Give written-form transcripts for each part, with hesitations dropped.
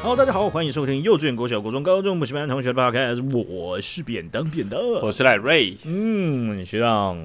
Hello， 大家好，欢迎收听幼稚园、国小、国中、高中补习班同学的 podcast， 我是便当， 我是赖瑞。 学长，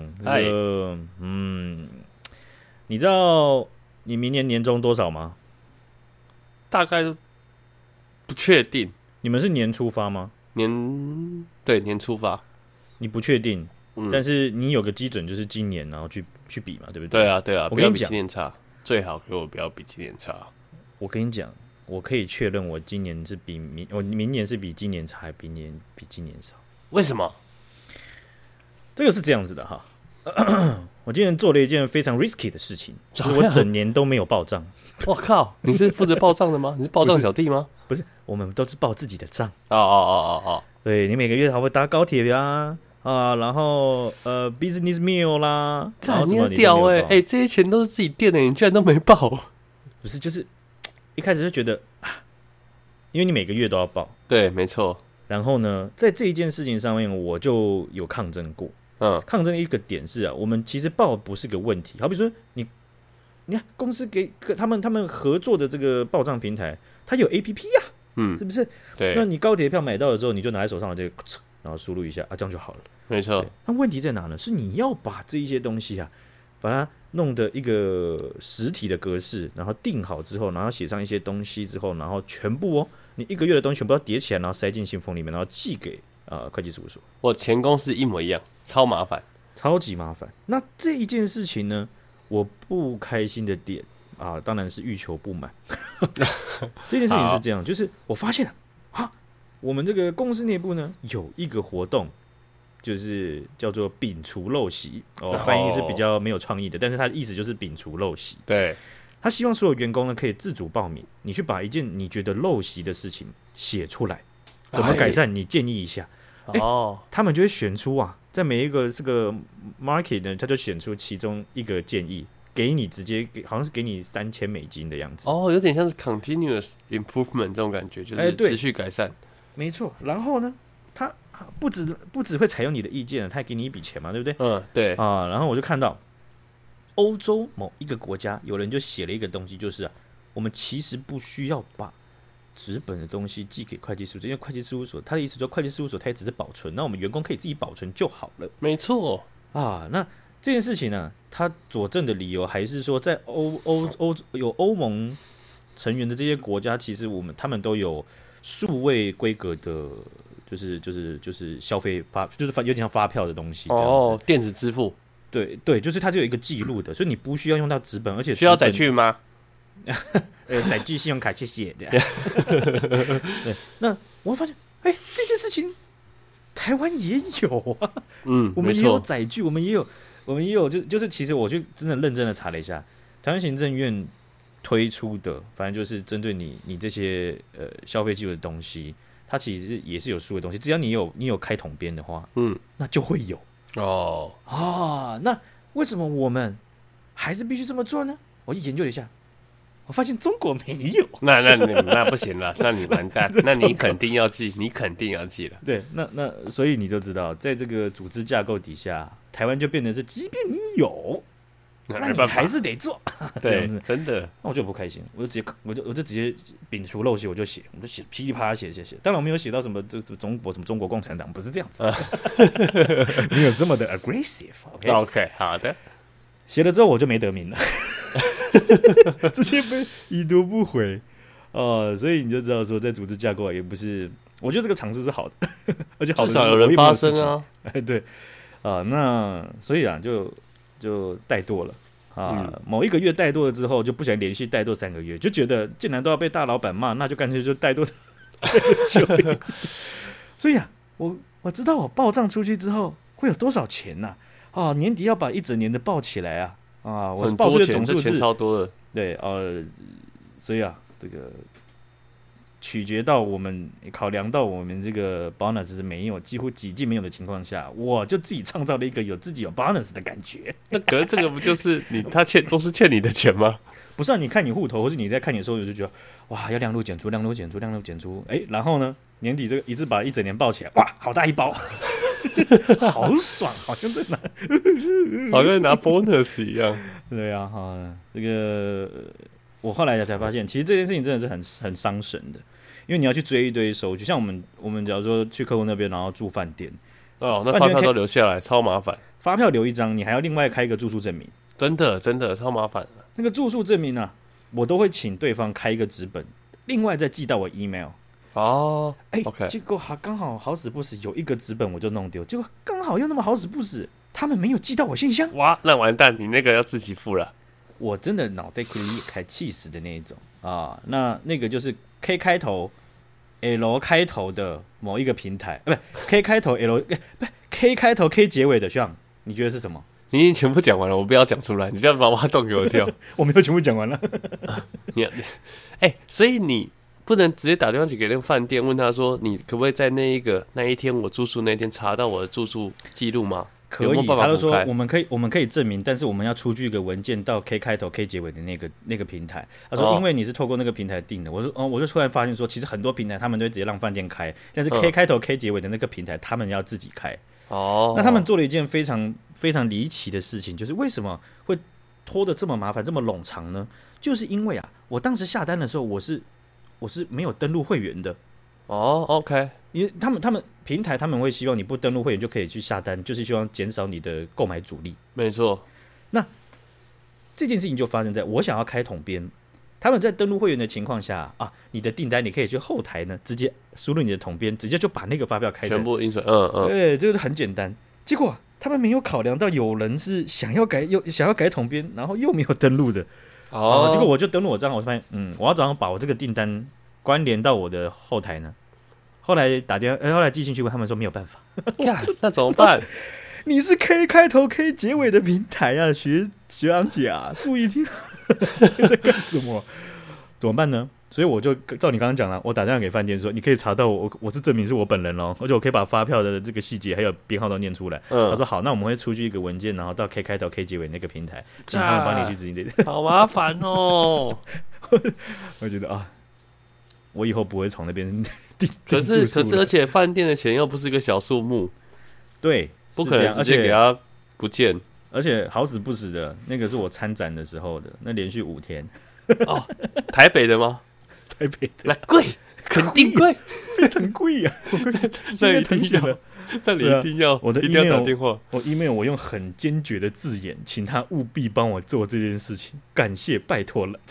你知道你明年年终多少吗？ 大概不确定。 你们是年初发吗？ 对，年初发。 你不确定，但是你有个基准，就是今年，然后去比嘛，对不对？ 对啊， 我跟你讲， 不要比今年差，最好给我不要比今年差。 我跟你讲，我可以确认，我明年是比今年差，还比今年少。 为什么？ 这个是这样子的哈。我今年做了一件非常 risky 的事情，就是我整年都没有报账。 我靠，你是负责报账的吗？你是报账小弟吗？ 不是，我们都是报自己的账。 哦。 对，你每个月还会搭高铁呀，然后business meal 啦， 看你很屌这些钱都是自己垫的，你居然都没报。 不是，就是一开始就觉得因为你每个月都要报。 对，没错。然后呢，在这一件事情上面，我就有抗争过。抗争的一个点是我们其实报不是个问题。好比说你看公司给他们合作的这个报账平台，它有 APP 是不是？ 对。 那你高铁票买到了之后，你就拿在手上这个，然后输入一下这样就好了。 没错。 那问题在哪呢？是你要把这一些东西把它弄的一个实体的格式，然后定好之后，然后写上一些东西之后，然后全部你一个月的东西全部要叠起来，然后塞进信封里面，然后寄给会计事务所。 我前公司一模一样，超麻烦， 超级麻烦。那这一件事情呢，我不开心的点当然是欲求不满。这件事情是这样，就是我发现我们这个公司内部呢有一个活动，就是叫做摒除陋习。翻译是比较没有创意的，但是它的意思就是摒除陋习。 对， 他希望所有员工呢可以自主报名，你去把一件你觉得陋习的事情写出来，怎么改善你建议一下。他们就会选出在每一个这个 market 呢，他就选出其中一个建议，给你直接好像是给你$3000的样子。 有点像是 continuous improvement 这种感觉，就是持续改善。 没错。然后呢，他不只会采用你的意见，他还给你一笔钱嘛，对不对？ 对。 然后我就看到欧洲某一个国家有人就写了一个东西，就是我们其实不需要把纸本的东西寄给会计事务所，因为会计事务所他的意思说，会计事务所他也只是保存，那我们员工可以自己保存就好了。 没错。 那这件事情呢，他佐证的理由还是说，在有欧盟成员的这些国家，其实他们都有数位规格的，就是消费就是有点像发票的东西。 电子支付。 对，就是它就有一个记录的，所以你不需要用到纸本，而且需要载具吗？ 载具信用卡，谢谢。对，那我发现，这件事情台湾也有我们也有载具，我们也有，就是其实我就真的认真的查了一下，台湾行政院推出的，反正就是针对你这些消费记录的东西，它其实也是有数的东西，只要你有开统编的话，那就会有。那为什么我们还是必须这么做呢？我就研究了一下，我发现中国没有。 那不行了，那你完蛋，那你肯定要记，了。 对，那所以你就知道，在这个组织架构底下，台湾就变成是，即便你有，那你还是得做。 对，真的。 那我就不开心，我就直接摒除陋习，我就写噼里啪啦写。当然我没有写到什么中国共产党，不是这样子，没有这么的 aggressive。OK， 好的。 写了之后我就没得名了，直接被已读不回。所以你就知道说，在组织架构也不是，我觉得这个尝试是好的，而且好的至少有人发声啊。 对那所以就怠惰了。某一个月怠惰了之后，就不想连续怠惰3个月，就觉得既然都要被大老板骂，那就干脆就怠惰久一点。所以我知道我报账出去之后会有多少钱年底要把一整年的报起来我报出的总数是钱超多的。 对所以这个取决到我们考量到我们这个 bonus 是没有，几乎几近没有的情况下，我就自己创造了一个自己有 bonus 的感觉。 那可是这个不就是公司欠你的钱吗？ 不是你看你户头，或是你在看你的收入，就觉得哇，要量入减出，然后呢，年底这个一次把一整年报起来，哇，好大一包。好爽，好像在拿 bonus 一样。 对这个我后来才发现，其实这件事情真的是很伤神的， 因为你要去追一堆收据，像我们假如说去客户那边，然后住饭店， 那发票都留下来，超麻烦。 发票留一张，你还要另外开一个住宿证明， 真的超麻烦。 那个住宿证明啊，我都会请对方开一个纸本，另外再寄到我 email。 OK， 结果刚好好死不死有一个纸本我就弄丢，结果刚好又那么好死不死，他们没有寄到我信箱。 哇，那完蛋，你那个要自己付了。 我真的脑袋可以开气死的那一种啊！那个就是 K 开头 L 开头的某一个平台，不 K 开头 L 不 K 开头 K 结尾的，像你觉得是什么？ 你已经全部讲完了，我不要讲出来，你不要把挖洞给我跳。 我没有全部讲完了。 所以你不能直接打电话去给那个饭店，问他说，你可不可以在那一天我住宿那天查到我的住宿记录吗？ 可以，他就说我们可以证明，但是我们要出具一个文件到 K 开头 K 结尾的那个平台。他说，因为你是透过那个平台订的。我说，我就突然发现说，其实很多平台他们都会直接让饭店开，但是 K 开头 K 结尾的那个平台，他们要自己开。那他们做了一件非常非常离奇的事情，就是为什么会拖得这么麻烦、这么冗长呢？就是因为我当时下单的时候，我是没有登录会员的。 OK， 因为他们平台他们会希望你不登录会员就可以去下单，就是希望减少你的购买阻力。 没错。 那这件事情就发生在我想要开统编，他们在登录会员的情况下你的订单你可以去后台呢直接输入你的统编，直接就把那个发票开全部印出来。 对，这个很简单。结果他们没有考量到有人是想要改统编，然后又没有登录的。结果我就登录我账号，我发现我要早上把我这个订单关联到我的后台呢。后来后来寄信去问他们说没有办法。 那怎么办？ 你是 K 开头 K 结尾的平台啊，学长姐啊，注意听。在干什么？怎么办呢？所以我就照你刚刚讲了，我打电话给饭店说，你可以查到我是证明是我本人咯，而且我可以把发票的这个细节还有编号都念出来。他说好，那我们会出具一个文件，然后到 K 开头 K 结尾那个平台，请他们帮你去执行这个。 好麻烦哦。 我觉得我以后不会从那边可是，而且饭店的钱又不是一个小数目， 对， 不可能直接给他不见。 而且好死不死的，那个是我参展的时候的，那连续5天。 台北的吗？ 台北的， 那贵，肯定贵， 非常贵啊！ 这一定要，那你一定要， 我的 email, 一定要打电话。 我 email 我用很坚决的字眼，请他务必帮我做这件事情，感谢，拜托了。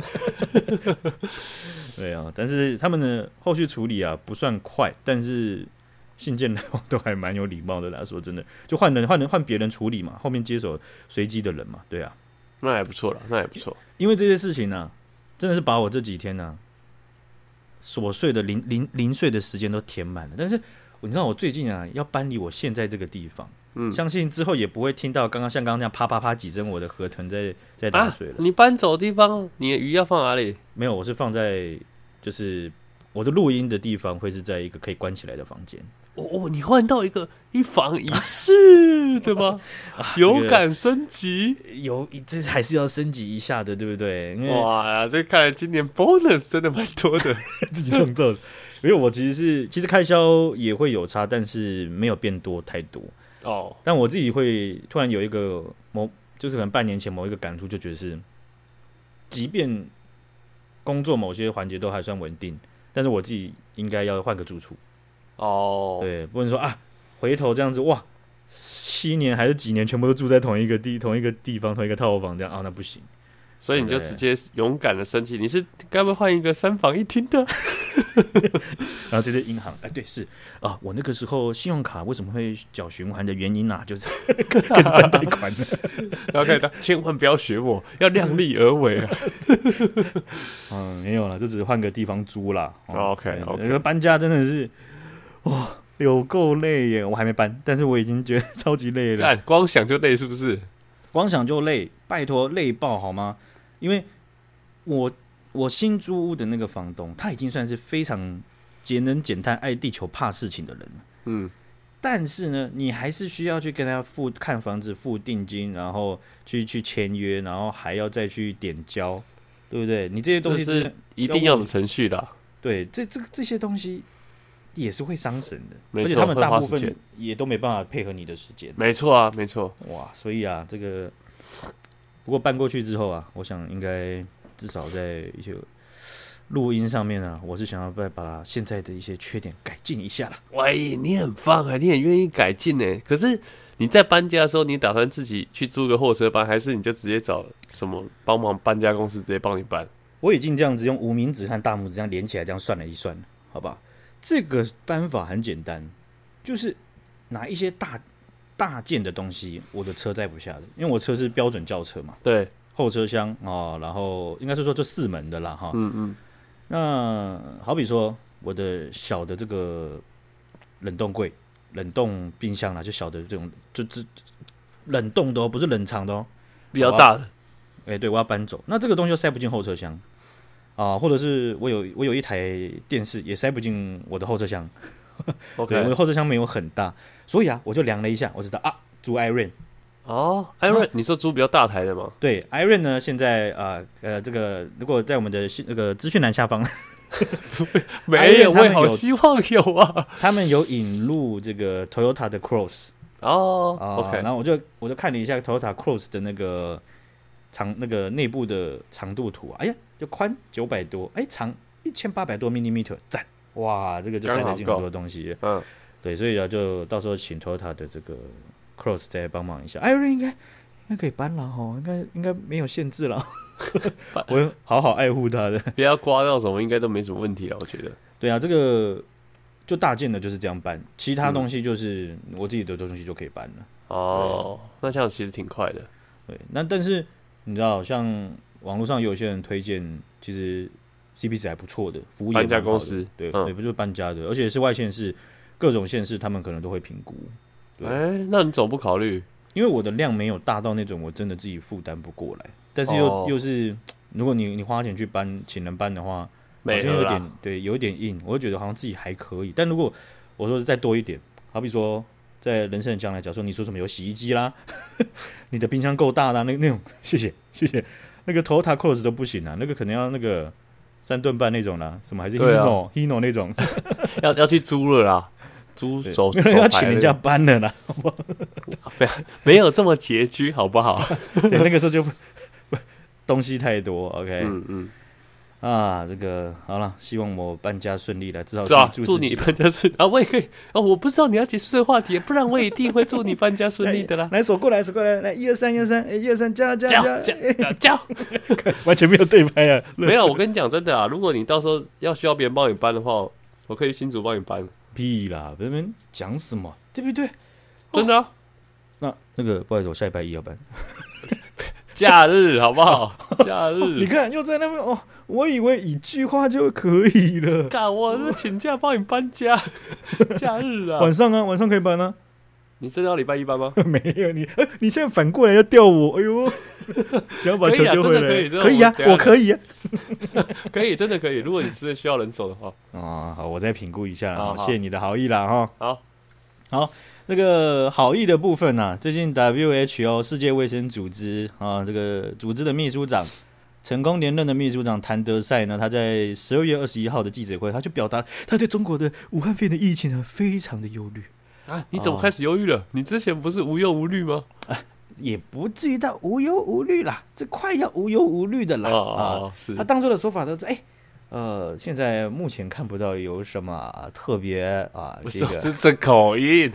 对但是他们的后续处理不算快，但是信件来往都还蛮有礼貌的啦。说真的，就换别人处理嘛，后面接手随机的人嘛，对啊， 那还不错了，那也不错。 因为这些事情真的是把我这几天琐碎的零碎的时间都填满了。但是你知道，我最近要搬离我现在这个地方。相信之后也不会听到像刚刚那样啪啪啪几声我的河豚在打水了。 你搬走的地方，你的鱼要放哪里？ 没有，我是放在就是我的录音的地方，会是在一个可以关起来的房间。 你换到一房一室对吗？有感升级， 这还是要升级一下的，对不对？ 哇，这看来今年 bonus 真的蛮多的， 自己创造的。因为我其实开销也会有差，但是没有变多太多。但我自己会突然有一个就是可能半年前某一个感触，就觉得是，即便工作某些环节都还算稳定，但是我自己应该要换个住处。对，不能说回头这样子哇，7年还是几年全部都住在同一个地方同一个套房这样那不行。 所以你就直接勇敢的申请，你是该不会换一个3房1厅的？ 然后这些银行，对，是我那个时候信用卡为什么会缴循环的原因就是开始办贷款了。 然后开始千万不要学我，要量力而为没有了，就只是换个地方租啦。 OK， 搬家真的是有够累耶！我还没搬，但是我已经觉得超级累了。 光想就累，是不是？ 光想就累，拜托累爆好吗？因为我新租屋的那个房东，他已经算是非常节能减碳、爱地球、怕事情的人了。但是呢，你还是需要去跟他看房子、付定金，然后去签约，然后还要再去点交，对不对？你这些东西是一定要的程序啦。 对，这些东西也是会伤神的， 而且他们大部分也都没办法配合你的时间。 没错啊，没错。 哇，所以这个。不过搬过去之后我想应该至少在一些录音上面呢，我是想要把现在的一些缺点改进一下啦。 喂，你很棒啊，你很愿意改进呢。可是你在搬家的时候，你打算自己去租个货车搬，还是你就直接找什么帮忙搬家公司直接帮你搬？ 我已经这样子用无名指和大拇指这样连起来，这样算了一算，好吧？这个搬法很简单，就是拿一些大件的东西，我的车载不下的，因为我车是标准轿车嘛， 对， 后车厢然后应该是说就4门的啦哈。那好比说我的小的这个冷冻柜、冷冻冰箱啦，就小的这种，就冷冻的哦，不是冷藏的哦， 比较大的。 对，我要搬走，那这个东西就塞不进后车厢或者是我有一台电视也塞不进我的后车厢。 OK， 我的后车厢没有很大，所以我就量了一下，我知道租 Iron。 Iron， 你说租比较大台的吗？ 对 ，Iron 呢，现在这个如果在我们的那个资讯栏下方， 没有，我也好希望有啊。 他们有引入这个 Toyota 的 Cross。 OK， 然后我就看了一下 Toyota Cross 的那个那个内部的长度图哎呀，就宽900多，长1800多 mm， 赞！哇，这个就塞得进很多东西。对，所以就到时候请 Toyota 的这个 Cross 再帮忙一下。Iron 应该可以搬了哈，应该没有限制了。我会好好爱护它的， 不要刮到什么，应该都没什么问题了，我觉得。 对啊，这个就大件的就是这样搬，其他东西就是我自己的东西就可以搬了。 那这样其实挺快的。 对，但是你知道，像网络上有些人推荐，其实 CP 值还不错的服务业搬家公司， 对，不就是搬家的，而且是外县市，各种县市他们可能都会评估。 那你总不考虑？ 因为我的量没有大到那种我真的自己负担不过来，但是又是如果你花钱去搬，请人搬的话，好像有一点硬，我就觉得好像自己还可以。但如果我说是再多一点，好比说在人生的将来，假如说你说什么有洗衣机啦，你的冰箱够大啦，那种，谢谢，那个 Toyota Cross 都不行啊，那个可能要那个3吨半那种啦，什么还是 Hino 那种， 要去租了啦。租手要请人家搬了啦， 没有这么拮据，好不好？ 对，那个时候就东西太多 ，OK， 这个好了，希望我搬家顺利了，至少祝你搬家顺利啊！我也可以我不知道你要结束这个话题，不然我一定会祝你搬家顺利的啦。 来，手过来，来，1、2、3，1、2、3，1、2、3，叫，完全没有对拍啊！ 没有，我跟你讲真的啊，如果你到时候需要别人帮你搬的话，我可以新竹帮你搬。 屁啦，别人讲什么，对不对？ 真的那个，不好意思，我下礼拜1要搬， 假日好不好？假日， 你看又在那边我以为一句话就可以了。 干，我请假帮你搬家，假日啊， 晚上可以搬啊。 你真的要礼拜1搬吗？ 没有你现在反过来要吊我，哎呦，想要把球丢回来，可以啊，我可以啊， 可以，真的可以。如果你实在需要人手的话， 好，我再评估一下，谢谢你的好意啦， 哈。 好，那个好意的部分呢，最近 WHO 世界卫生组织这个组织的秘书长，成功连任的秘书长谭德赛呢，他在12月21号的记者会，他就表达他对中国的武汉肺炎的疫情非常的忧虑。 你怎么开始忧郁了？你之前不是无忧无虑吗？ 也不至于到无忧无虑啦，这快要无忧无虑的啦。 是他当初的说法都是现在目前看不到有什么特别这个这口音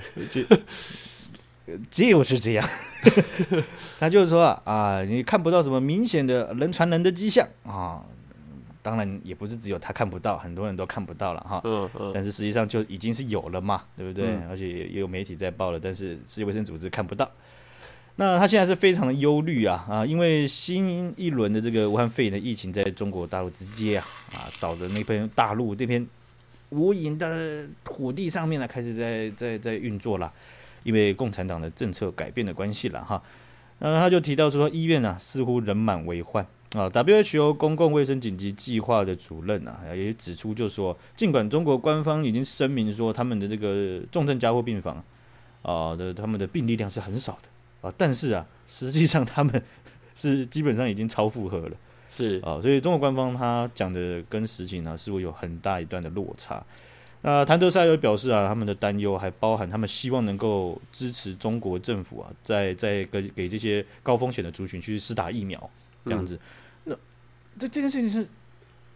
就是这样。他就是说你看不到什么明显的人传人的迹象当然也不是只有他看不到，很多人都看不到了哈。但是实际上就已经是有了嘛，对不对？而且也有媒体在报了，但是世界卫生组织看不到。那他现在是非常的忧虑因为新一轮的这个武汉肺炎的疫情在中国大陆直接扫的那片大陆这片无垠的土地上面开始在运作了，因为共产党的政策改变的关系了哈。他就提到说医院似乎人满为患。WHO 公共卫生紧急计划的主任也指出，就说尽管中国官方已经声明说他们的这个重症加护病房他们的病例量是很少的但是实际上他们是基本上已经超负荷了， 是所以中国官方他讲的跟实情似乎有很大一段的落差。谭德赛又表示他们的担忧还包含他们希望能够支持中国政府在给这些高风险的族群去施打疫苗这样子。那这件事情是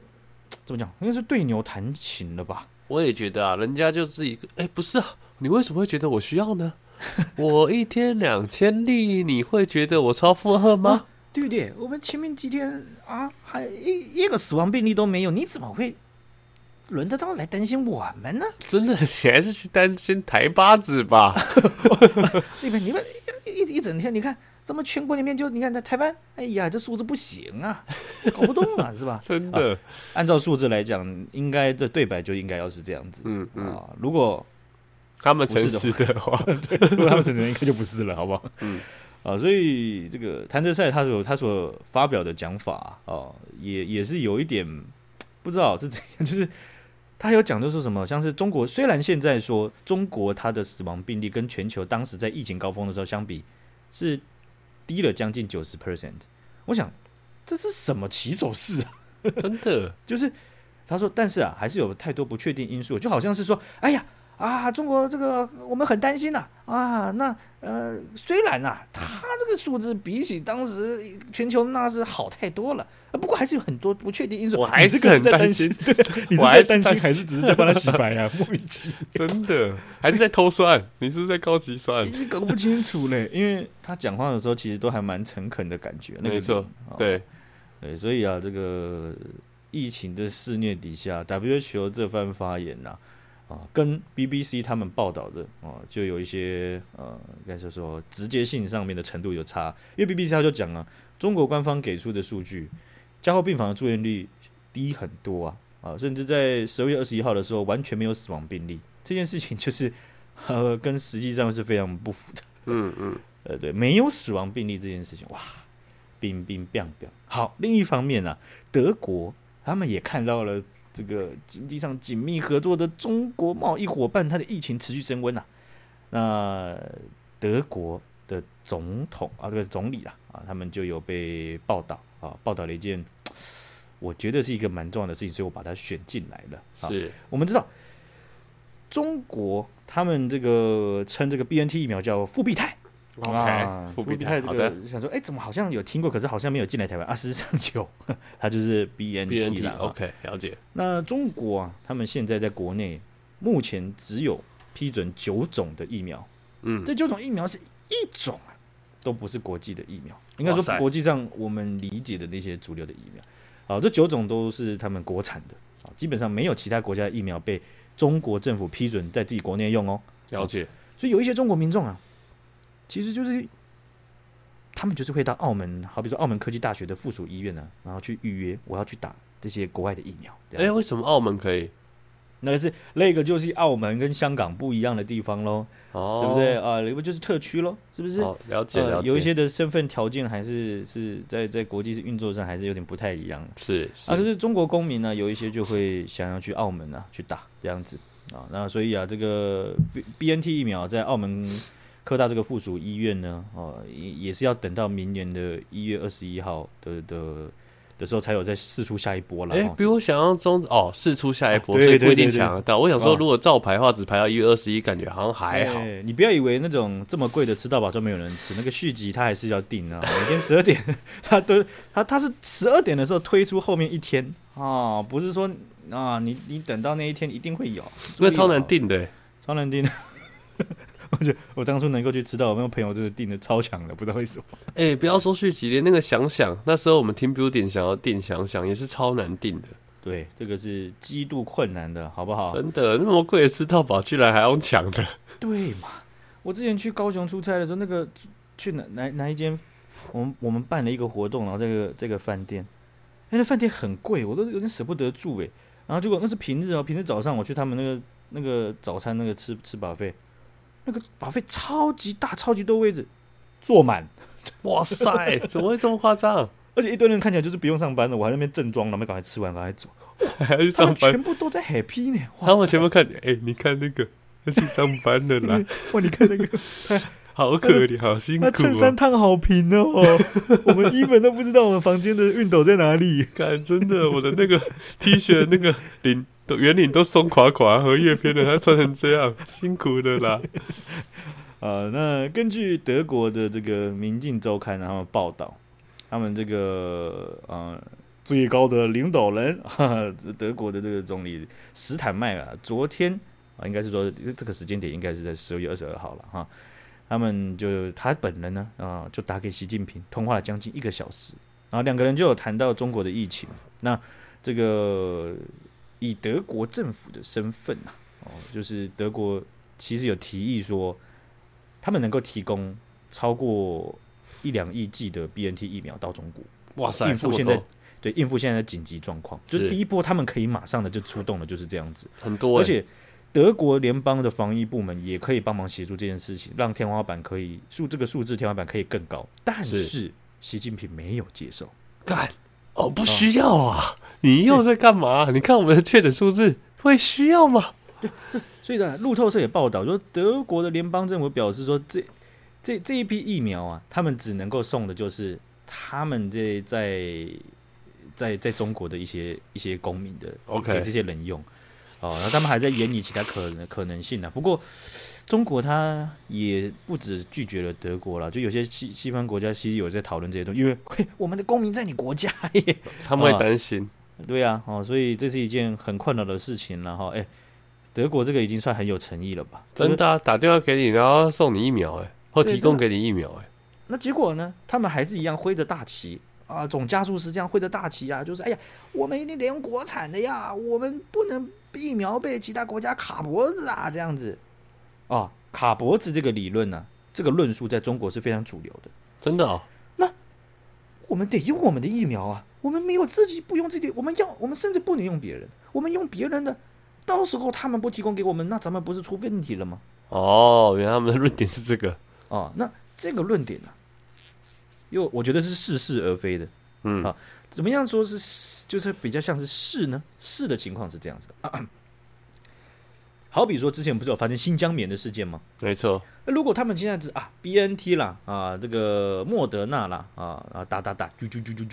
怎么讲，应该是对牛弹琴了吧？ 我也觉得啊，人家就是一个，不是啊，你为什么会觉得我需要呢？我1天2000粒，你会觉得我超负荷吗？ 对不对？我们前面几天啊，还一个死亡病例都没有，你怎么会轮得到来担心我们呢？ 真的，你还是去担心台巴子吧。 你们一整天，你看咱们全国里面就你看在台湾，哎呀，这数字不行啊，搞不动啊，是吧？ 真的， 按照数字来讲，应该的对白就应该要是这样子。如果他们诚实的话， 对，如果他们诚实，应该就不是了，好不好？所以这个谭德赛他所发表的讲法也是有一点不知道是怎样，就是他有讲到说什么，像是中国虽然现在说中国它的死亡病例跟全球当时在疫情高峰的时候相比是低了将近90%，我想这是什么起手式啊？ 真的就是他说，但是还是有太多不确定因素，就好像是说，哎呀。中国这个我们很担心那虽然它这个数字比起当时全球那是好太多了，不过还是有很多不确定因素。 我还是很担心， 对，你是在担心还是只是在帮他洗白啊？莫名其妙， 真的还是在偷算？你是不是在高级算？ 你搞不清楚嘞，因为他讲话的时候其实都还蛮诚恳的感觉。 没错，对， 所以这个疫情的肆虐底下 ，WHO 这番发言跟 BBC 他们报道的就有一些应该是说直接性上面的程度有差，因为 BBC 他就讲中国官方给出的数据，加护病房的住院率低很多甚至在12月21号的时候完全没有死亡病例，这件事情就是跟实际上是非常不符的。对，没有死亡病例这件事情，哇，冰冰冰冰。好，另一方面德国他们也看到了。这个经济上紧密合作的中国贸易伙伴，它的疫情持续升温那德国的总统这个总理他们就有被报道报道了一件我觉得是一个蛮重要的事情，所以我把它选进来了。 是我们知道中国他们这个称这个 BNT 疫苗叫复必泰。 复必泰这个想说，怎么好像有听过，可是好像没有进来台湾事实上有，它就是 BNT 啦。 OK， 了解。 那中国他们现在在国内目前只有批准9种的疫苗，这9种疫苗是一种都不是国际的疫苗，应该说国际上我们理解的那些主流的疫苗，这9种都是他们国产的，基本上没有其他国家的疫苗被中国政府批准在自己国内用了解。 所以有一些中国民众其实就是他们就是会到澳门，好比说澳门科技大学的附属医院然后去预约，我要去打这些国外的疫苗。 为什么澳门可以？ 那个就是澳门跟香港不一样的地方咯，对不对那个就是特区咯，是不是？ 了解了解。 有一些的身份条件还是在国际运作上还是有点不太一样。 是可是中国公民有一些就会想要去澳门去打这样子那所以这个 BNT 疫苗在澳门科大这个附属医院呢，也是要等到明年的1月21号的时候才有再释出下一波了。 比我想象中释出下一波，所以不一定抢得到。我想说，如果照排的话，只排到1月21，感觉好像还好。 你不要以为那种这么贵的吃到饱就没有人吃，那个续集它还是要订每天12点，它是12点的时候推出后面一天不是说你等到那一天一定会有， 那超难订的， 超难订的。我当初能够去吃到，我那朋友真的订的超强的，不知道为什么。 不要说续集，连那个想想，那时候我们 Team Building 想要订想想也是超难订的。 对，这个是极度困难的，好不好？ 真的，那么贵的吃到饱，居然还用抢的。 对嘛？我之前去高雄出差的时候，那个去哪一间，我们办了一个活动，然后这个饭店，那饭店很贵，我都有点舍不得住然后结果那是平日平日早上我去他们那个早餐那个吃buffet。那个buffet超级大，超级多位置，坐满。 哇塞，怎么会这么夸张？ 而且一堆人看起来就是不用上班的，我还在那边正装，然后赶快吃完，赶快走。 还要去上班？他们全部都在 happy 呢。 他们全部看，你看那个要去上班了啦。 哇，你看那个， 好可怜，好辛苦。他衬衫烫好平我们even都不知道我们房间的熨斗在哪里。 看，真的，我的那个 T 恤那个圆领都松垮垮，荷叶边的，他穿成这样，辛苦的啦。 那根据德国的这个《明镜周刊》他们报道，他们这个最高的领导人，德国的这个总理史坦迈啊，昨天应该是说这个时间点应该是在12月22号了哈。他本人呢就打给习近平通话了将近1个小时，然后2个人就有谈到中国的疫情。那这个以德国政府的身份就是德国其实有提议说，他们能够提供超过1-2亿剂的 BNT 疫苗到中国， 哇塞， 应付现在的紧急状况。就第一波他们可以马上的就出动了，就是这样子， 很多， 而且德国联邦的防疫部门也可以帮忙协助这件事情，让天花板可以这个数字天花板可以更高。但是习近平没有接受， 不需要啊！你又在干嘛？你看我们的确诊数字会需要吗？ 对，所以呢，路透社也报道说，德国的联邦政府表示说，这一批疫苗啊，他们只能够送的就是他们在中国的一些公民的给这些人用。然后他们还在研拟其他可能性呢。不过中国他也不止拒绝了德国了，就有些西方国家其实有在讨论这些东西，因为我们的公民在你国家耶， 他们会担心。 对啊，所以这是一件很困扰的事情了哈。德国这个已经算很有诚意了吧？ 真的啊，打电话给你，然后送你疫苗，或提供给你疫苗， 那结果呢？他们还是一样挥着大旗啊，总加速师这样挥着大旗啊，就是我们一定得用国产的呀，我们不能疫苗被其他国家卡脖子啊，这样子啊，卡脖子这个理论呢，这个论述在中国是非常主流的， 真的哦。 那我们得用我们的疫苗啊，我们没有自己不用自己，我们甚至不能用别人，我们用别人的，到时候他们不提供给我们，那咱们不是出问题了吗？ 原来他们的论点是这个那这个论点呢，我觉得是似是而非的。怎么样说是就是比较像是是呢？是的情况是这样子的。好比说之前不是有发生新疆棉的事件吗？ 没错。 如果他们现在BNT 啦这个莫德纳啦打啾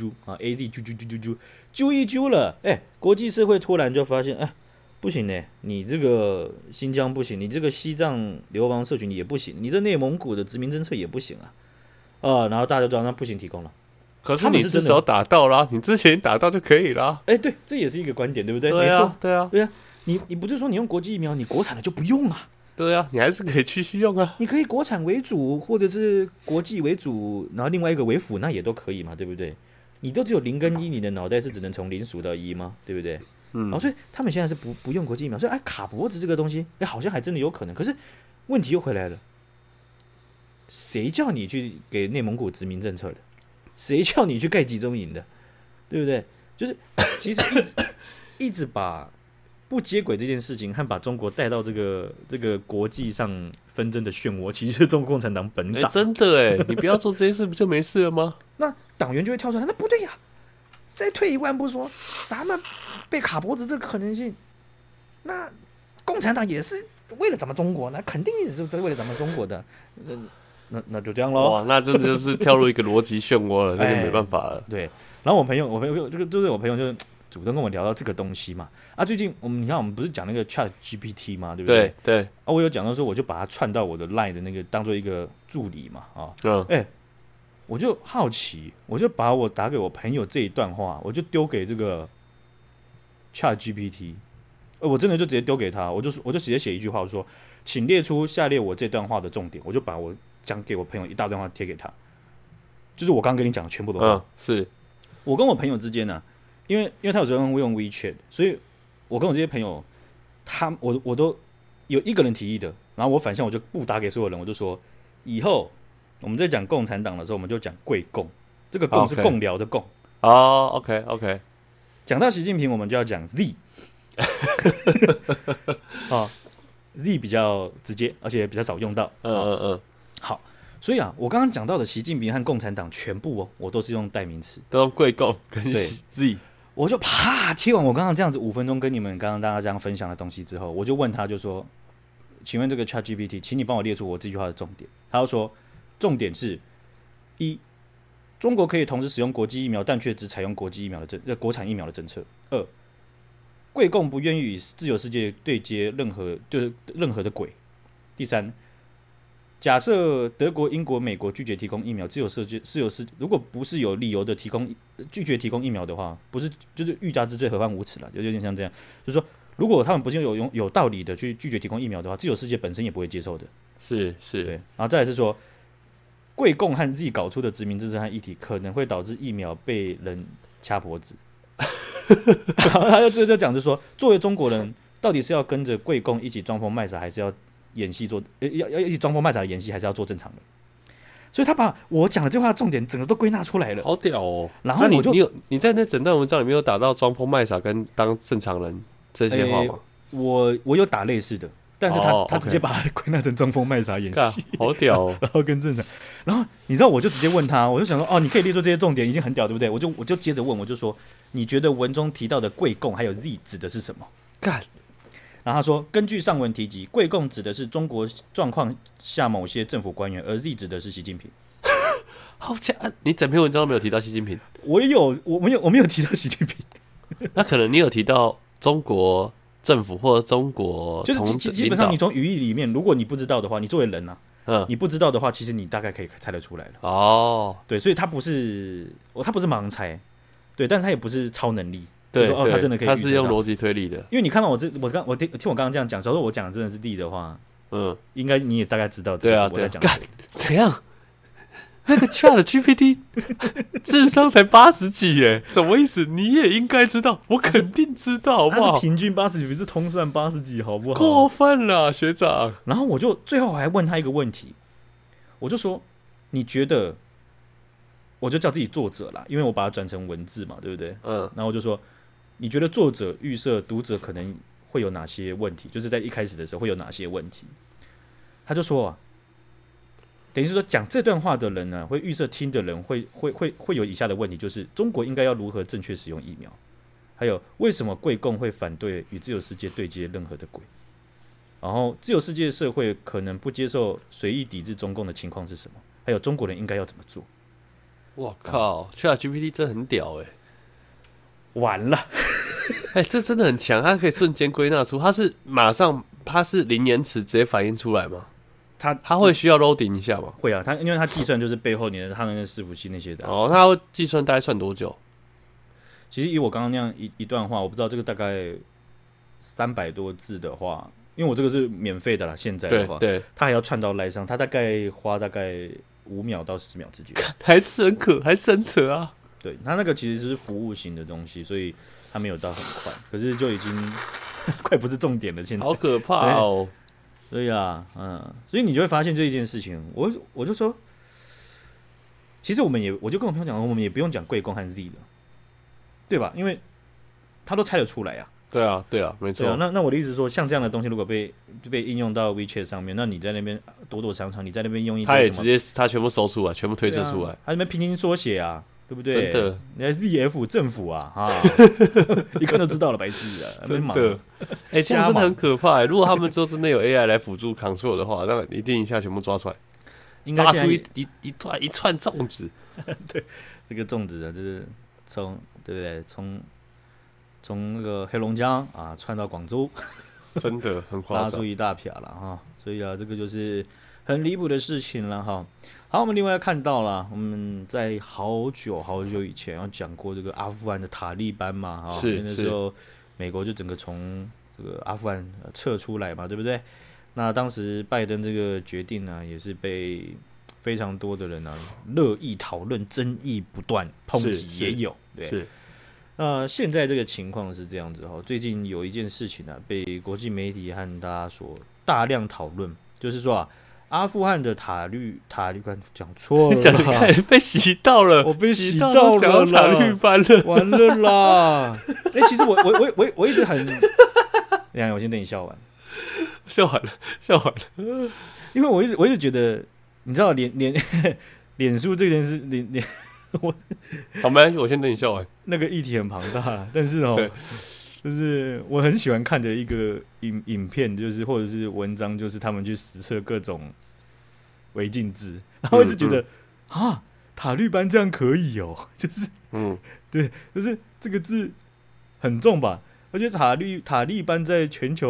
AZ 啾一啾了，国际社会突然就发现不行呢，你这个新疆不行，你这个西藏流亡社群也不行，你这内蒙古的殖民政策也不行然后大家就知道那不行提供了。 可是你至少打到啦，你之前打到就可以啦。 对，这也是一个观点，对不对？ 对啊， 没错， 对啊。 你不是说你用国际疫苗，你国产的就不用啊？ 对啊，你还是可以继续用啊。 你可以国产为主，或者是国际为主，然后另外一个为辅，那也都可以嘛，对不对？你都只有0跟1，你的脑袋是只能从0数到1吗？对不对？所以他们现在是不用国际疫苗，所以卡脖子这个东西，好像还真的有可能。可是问题又回来了，谁叫你去给内蒙古殖民政策的？谁叫你去盖集中营的？对不对？就是其实一直把不接轨这件事情和把中国带到这个国际上纷争的漩涡，其实是中国共产党本党。 真的你不要做这些事，不就没事了吗？ 那党员就会跳出来，那不对呀！再退一万步说，咱们被卡脖子这个可能性，那共产党也是为了咱们中国，那肯定也是为了咱们中国的。那就这样咯。 哇，那真的就是跳入一个逻辑漩涡了，那就没办法了。 对，然后我朋友就是我朋友就主动跟我聊到这个东西嘛。最近你看我们不是讲那个 Chat GPT 嘛，对不对？ 对。 我有讲到说，我就把它串到我的 Line 的那个当做一个助理嘛，我就好奇，我就把我打给我朋友这一段话，我就丢给这个 Chat GPT，我真的就直接丢给他，我就直接写一句话，我说，请列出下列我这段话的重点，我就把我讲给我朋友一大段话贴给他，就是我刚刚跟你讲的全部的话。 是我跟我朋友之间呢，因为他有时候会用 WeChat， 所以我跟我这些朋友，我都有一个人提议的，然后我反向我就不打给所有人，我就说以后我们在讲共产党的时候，我们就讲贵共，这个共是共聊的共。 OK。 讲到习近平，我们就要讲 Z， Z 比较直接，而且比较少用到。好，所以我刚刚讲到的习近平和共产党全部我都是用代名词， 都用贵共跟 Z。 我就贴完我刚刚这样子5分钟跟你们刚刚大家这样分享的东西之后，我就问他，就说，请问这个 ChatGPT， 请你帮我列出我这句话的重点。他就说，重点是1，中国可以同时使用国际疫苗，但却只采用国国产疫苗的政策。2，贵共不愿意与自由世界对接任何的轨。第3， 假设德国、英国、美国拒绝提供疫苗，如果不是有理由的拒绝提供疫苗的话，不是就是欲加之罪，何患无辞了，有点像这样。就是说，如果他们不是有道理的去拒绝提供疫苗的话，自由世界本身也不会接受的。对，然后再来是说，贵共和 Z 搞出的殖民政治和议题，可能会导致疫苗被人掐脖子。然后他就讲，就是说，作为中国人，到底是要跟着贵共一起装疯卖傻，还是要演戏要一起装疯卖傻的演戏，还是要做正常人？所以他把我讲的这话的重点整个都归纳出来了， 好屌哦！ 然后你在那整段文章里面有打到装疯卖傻跟当正常人这些话吗？ 我有打类似的。但是他直接把它归纳成装疯卖傻演戏， 好屌哦！ 然后跟正常，然后你知道我就直接问他，我就想说你可以列出这些重点，已经很屌，对不对？我就接着问，我就说你觉得文中提到的贵共还有 Z 指的是什么？ 干， 然后他说根据上文提及，贵共指的是中国状况下某些政府官员，而 Z 指的是习近平。 好强！你整篇文章都没有提到习近平， 我没有提到习近平， 那可能你有提到中国政府或者中国就是基本上你从语义里面，如果你不知道的话，你作为人你不知道的话，其实你大概可以猜得出来了。 哦， 对，所以他不是盲猜，对，但是他也不是超能力， 对， 就是他真的可以， 他是用逻辑推理的。 因为你看到我听我刚刚这样讲，假如我讲的真的是力的话，应该你也大概知道这是我在讲什么。 怎样？那个 ChatGPT 智商才80几耶，什么意思？你也应该知道，我肯定知道，好不好？ 他是平均80几，不是通算80几，好不好？ 过分了，学长。 然后最后我还问他一个问题，我就说，你觉得，我就叫自己作者啦，因为我把它转成文字嘛，对不对？然后我就说，你觉得作者预设读者可能会有哪些问题？就是在一开始的时候会有哪些问题？他就说等于是说讲这段话的人呢，会预设听的人会有以下的问题，就是中国应该要如何正确使用疫苗，还有为什么贵共会反对与自由世界对接任何的鬼，然后自由世界社会可能不接受随意抵制中共的情况是什么，还有中国人应该要怎么做。 我靠 ，ChatGPT 真的很屌完了， 这真的很强，它可以瞬间归纳出，它是零延迟直接反映出来吗？他会需要 loading 一下吗？ 会啊，因为他计算就是背后你的他那个伺服器那些的。 他会计算大概算多久？ 其实以我刚刚那样一段话，我不知道这个大概300多字的话，因为我这个是免费的啦，现在的话， 对， 他还要串到来上，他大概花大概5秒到10秒之间， 还是很扯啊。 对，他那个其实是服务型的东西，所以他没有到很快，可是就已经快不是重点了。现在好可怕哦。 所以所以你就会发现这一件事情，我就说，其实我就跟我朋友讲，我们也不用讲贵共和 Z 了，对吧？因为他都猜得出来啊。 对啊，没错。 那我的意思是说，像这样的东西，如果被应用到 WeChat 上面，那你在那边躲躲藏藏，你在那边用一堆什么， 他也直接他全部搜出来，全部推测出来， 他那边拼音缩写啊。对不对？ 真的， 你还 ZF 政府一看就知道了，白痴啊！ 真的，这样真的很可怕。如果他们之后真的有 AI 来辅助 control 的话，那一定一下全部抓出来，发出一串粽子。 对，这个粽子就是对不对？从那个黑龙江串到广州， 真的很夸张， 拉出一大撇了所以这个就是很离谱的事情了哈。好，我们另外看到了，我们在好久以前有讲过这个阿富汗的塔利班嘛，那时候美国就整个从这个阿富汗撤出来嘛，对不对？那当时拜登这个决定呢，也是被非常多的人热议讨论，争议不断，抨击也有，对。 是。 现在这个情况是这样子最近有一件事情被国际媒体和大家所大量讨论，就是说阿富汗的塔利班讲错了， 被洗到了， 我被洗到了， 塔利班了， 完了啦！其实我一直很，我先等你笑完， 笑完了， 因为我一直觉得，你知道脸书这件事， 好，没关系，我先等你笑完。 那个议题很庞大，但是就是我很喜欢看的一个影片，就是或者是文章，就是他们去实测各种违禁字，然后我一直觉得塔利班这样可以就是对，就是这个字很重吧，而且塔利班在全球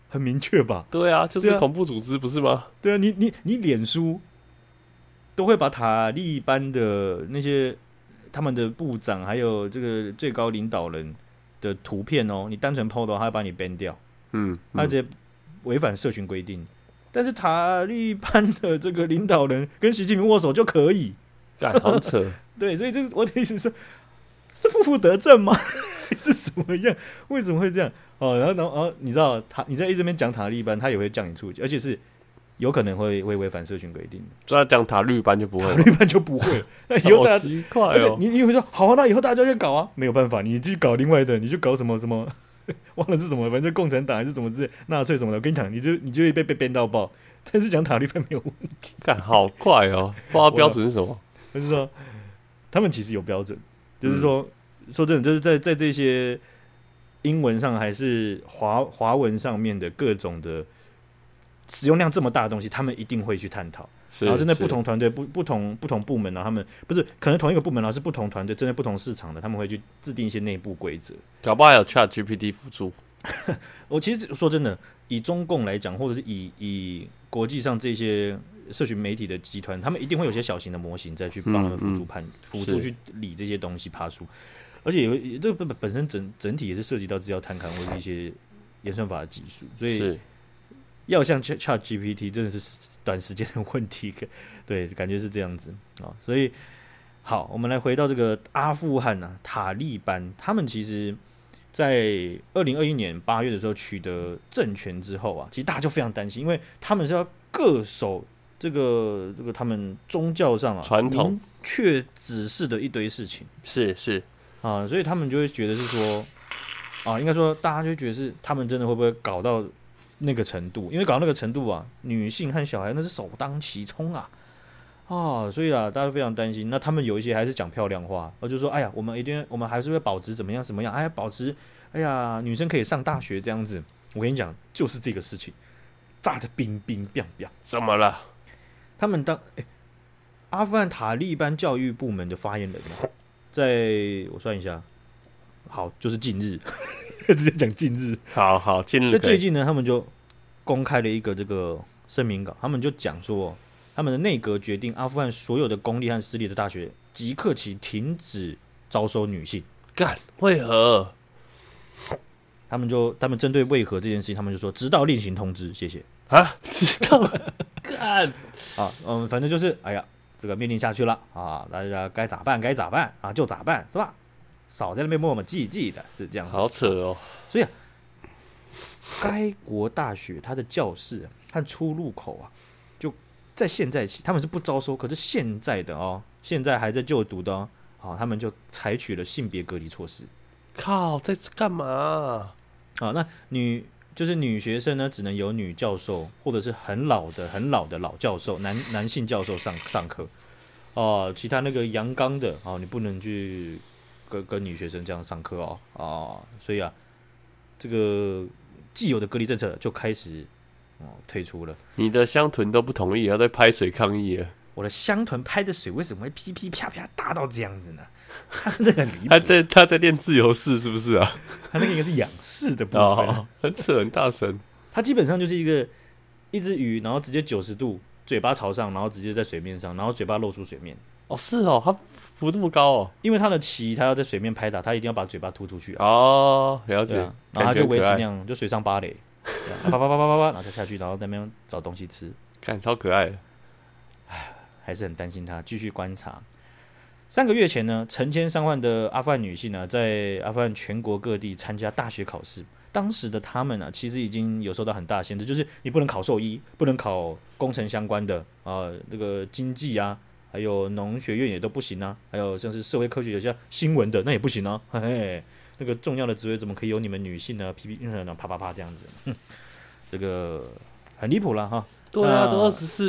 很明确吧？ 对啊，就是恐怖组织不是吗？ 对啊，你脸书都会把塔利班的那些他们的部长还有这个最高领导人的图片哦，你单纯 PO 的话，他会把你 ban 掉，他直接违反社群规定。但是塔利班的这个领导人跟习近平握手就可以， 好扯。 对，所以这是我的意思是，这负负得正吗？还是什么样？为什么会这样？哦，然后你知道你在这边讲塔利班，他也会降你处级，而且是有可能会违反社群规定。 所以讲塔利班就不会， 塔利班就不会。那以后大家好奇怪哦。 你会说好啊，那以后大家就搞啊，没有办法，你去搞另外的，你就搞什么什么。忘了是什么，反正共产党还是什么之类，纳粹什么的，我跟你讲，你就会被编到爆。但是讲塔利班没有问题， 干好快哦，不知道标准是什么。 就是说，他们其实有标准，就是说，说真的，就是在这些英文上还是华文上面的各种的使用量这么大的东西，他们一定会去探讨。然后针对不同团队、不同部门呢，他们不是可能同一个部门，然后是不同团队针对不同市场的，他们会去制定一些内部规则。 搞不好有 ChatGPT 辅助。 我其实说真的，以中共来讲，或者是以国际上这些社群媒体的集团，他们一定会有些小型的模型再去帮他们辅助去理这些东西爬梳。而且这个本身整体也是涉及到资料探勘或者一些演算法的技术，所以要像 ChatGPT 真的是短时间的问题，对，感觉是这样子啊。所以好，我们来回到这个阿富汗啊，塔利班他们其实在2021年8月的时候取得政权之后啊，其实大家就非常担心，因为他们是要恪守这个他们宗教上啊传统明确指示的一堆事情， 是啊，所以他们就会觉得是说啊，应该说大家就会觉得是他们真的会不会搞到那个程度？因为搞到那个程度啊，女性和小孩那是首当其冲啊。所以啊，大家非常担心。那他们有一些还是讲漂亮话，就说：“哎呀，我们还是会保持怎么样，哎呀，保持，哎呀，女生可以上大学这样子。”我跟你讲，就是这个事情，炸得冰冰冰冰。 怎么了？ 他们阿富汗塔利班教育部门的发言人呢，我算一下，好，就是近日，直接讲近日。 好，近日。 在最近呢，他们就公开了一个这个声明稿，他们就讲说。他们的内阁决定，阿富汗所有的公立和私立的大学即刻起停止招收女性。 干？为何？ 他们针对为何这件事情，他们就说直到另行通知，谢谢啊，知道干啊，反正就是哎呀，这个命令下去了啊，大家该咋办啊，就咋办是吧？少在那边磨磨唧唧的，是这样子。 好扯哦。 所以该国大学它的教室和出入口啊。在现在起，他们是不招收，可是现在还在就读的他们就采取了性别隔离措施。 靠，在干嘛那女学生呢，只能由女教授或者是很老的老教授，男性教授上课。其他那个阳刚的你不能去跟女学生这样上课所以这个既有的隔离政策就开始。退出了， 你的乡屯都不同意，要在拍水抗议了。 我的乡屯拍的水为什么会噼噼啪啪大到这样子呢？他真的很离谱。 他在练自由式是不是啊？ 他那个应该是仰视的部分， 很扯，很大声。 他基本上就是一只鱼，然后直接90度，嘴巴朝上，然后直接在水面上，然后嘴巴露出水面。 是哦，他浮这么高哦。 因为他的鳍，他要在水面拍打，他一定要把嘴巴突出去了解。 然后他就维持那样，就水上芭蕾。啪，然后就下去，然后在那边找东西吃， 看超可爱的。 还是很担心他，继续观察。3个月前呢，成千上万的阿富汗女性呢，在阿富汗全国各地参加大学考试。当时的他们呢，其实已经有受到很大的限制，就是你不能考兽医，不能考工程相关的那个经济啊，还有农学院也都不行啊，还有像是社会科学有些新闻的那也不行啊，嘿嘿。那个重要的职位怎么可以由你们女性呢？啪啪啪这样子，这个很离谱了哈。 对啊，都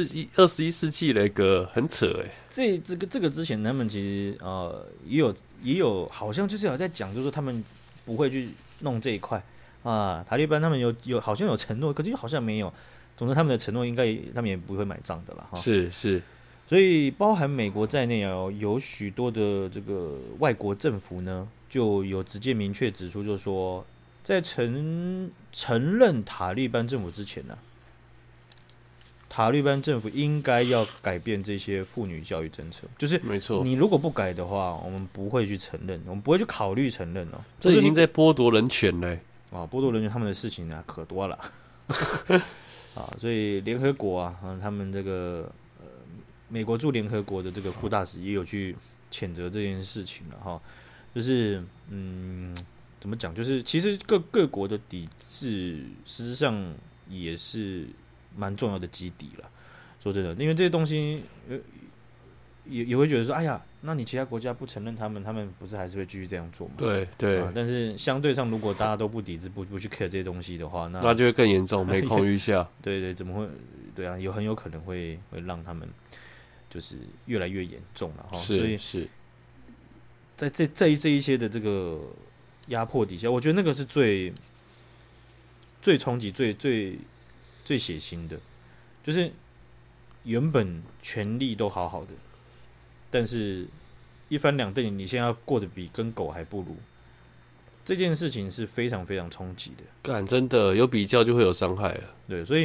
21世纪了，哥，很扯哎。 这个之前他们其实也有好像就是有在讲，就是说他们不会去弄这一块塔利班他们有好像有承诺，可是好像没有。总之他们的承诺应该他们也不会买账的啦哈。 是。 所以包含美国在内有许多的这个外国政府呢。就有直接明确指出，就是说在承认塔利班政府之前呢、塔利班政府应该要改变这些妇女教育政策，就是没错， 你如果不改的话，我们不会去承认，我们不会去考虑承认哦。 这已经在剥夺人权了、 啊，剥夺人权他们的事情啊可多了啊，所以联合国啊，他们这个美国驻联合国的这个副大使也有去谴责这件事情了哈，就是怎么讲？就是其实各国的抵制，实质上也是蛮重要的基底了。说真的，因为这些东西，也会觉得说，哎呀，那你其他国家不承认他们不是还是会继续这样做吗？ 对对、 但是相对上，如果大家都不抵制、不去 care 这些东西的话，那就会更严重，每况愈下。 对，怎么会？对啊，很有可能会让他们就是越来越严重了哈。所以是， 在这一些的这个压迫底下，我觉得那个是最冲击、最血腥的，就是原本权力都好好的，但是一翻两瞪眼，你现在要过得比跟狗还不如，这件事情是非常非常冲击的。 干，真的有比较就会有伤害了。 对，所以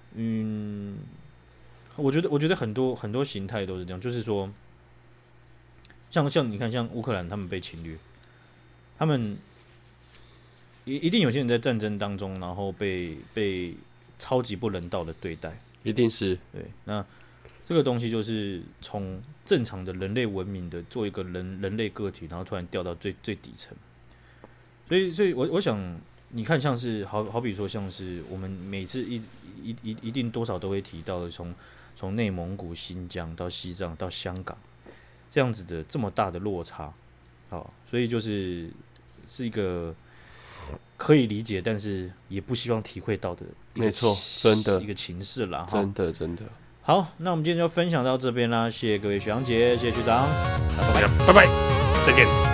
我觉得很多形态都是这样，就是说，像你看，像乌克兰他们被侵略，他们一定有些人在战争当中，然后被超级不人道的对待， 一定是对。那这个东西就是从正常的人类文明的做一个人类个体，然后突然掉到最底层。所以我想，你看，像是好比说，像是我们每次一定多少都会提到的，从内蒙古、新疆到西藏到香港这样子的这么大的落差，所以就是一个可以理解，但是也不希望体会到的， 没错，真的一个情势啦， 真的。 好，那我们今天就分享到这边啦，谢谢各位学长姐，谢谢学长， 拜拜，再见。